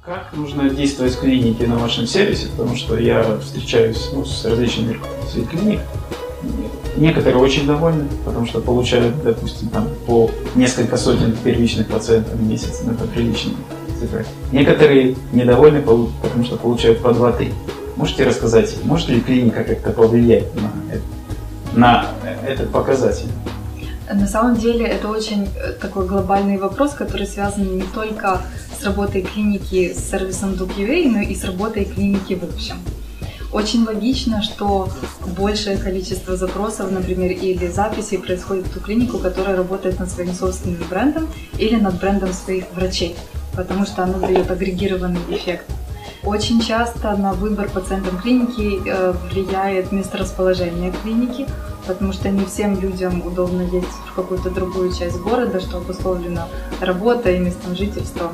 Как нужно действовать в клинике на вашем сервисе? Потому что я встречаюсь с различными руководителями клиник. Некоторые очень довольны, потому что получают, допустим, по несколько сотен первичных пациентов в месяц. Это приличные цифры. Некоторые недовольны, потому что получают по 2-3. Можете рассказать, может ли клиника как-то повлиять на этот показатель? На самом деле это очень такой глобальный вопрос, который связан не только с работой клиники с сервисом Doc.ua, но и с работой клиники в общем. Очень логично, что большее количество запросов, например, или записей происходит в ту клинику, которая работает над своим собственным брендом или над брендом своих врачей, потому что оно дает агрегированный эффект. Очень часто на выбор пациентам клиники влияет месторасположение клиники, потому что не всем людям удобно ездить в какую-то другую часть города, что обусловлено работой и местом жительства.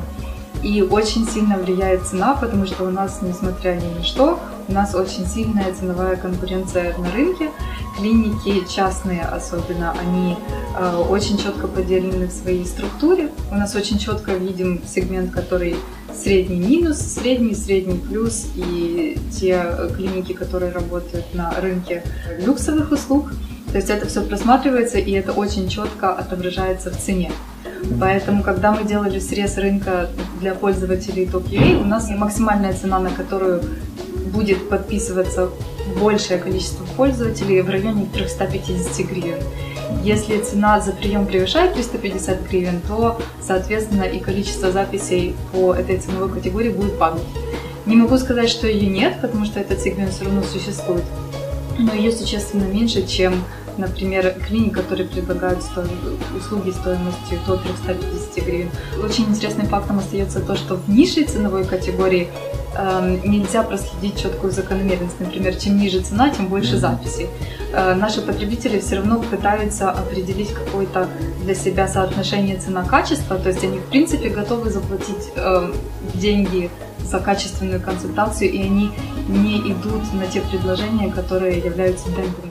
И очень сильно влияет цена, потому что у нас, несмотря ни на что, у нас очень сильная ценовая конкуренция на рынке. Клиники частные особенно, они очень четко поделены в своей структуре. У нас очень четко видим сегмент, который средний минус, средний плюс, и те клиники, которые работают на рынке люксовых услуг. То есть это все просматривается, и это очень четко отображается в цене. Поэтому, когда мы делали срез рынка для пользователей Doc.ua, у нас максимальная цена, на которую будет подписываться большее количество пользователей, в районе 350 гривен. Если цена за прием превышает 350 гривен, то, соответственно, и количество записей по этой ценовой категории будет падать. Не могу сказать, что ее нет, потому что этот сегмент все равно существует, но ее существенно меньше, чем, например, клиник, которые предлагают услуги стоимостью до 350 гривен. Очень интересным фактом остается то, что в низшей ценовой категории нельзя проследить четкую закономерность. Например, чем ниже цена, тем больше записей. Наши потребители все равно пытаются определить какое-то для себя соотношение цена-качество, то есть они в принципе готовы заплатить деньги за качественную консультацию, и они не идут на те предложения, которые являются демпингом.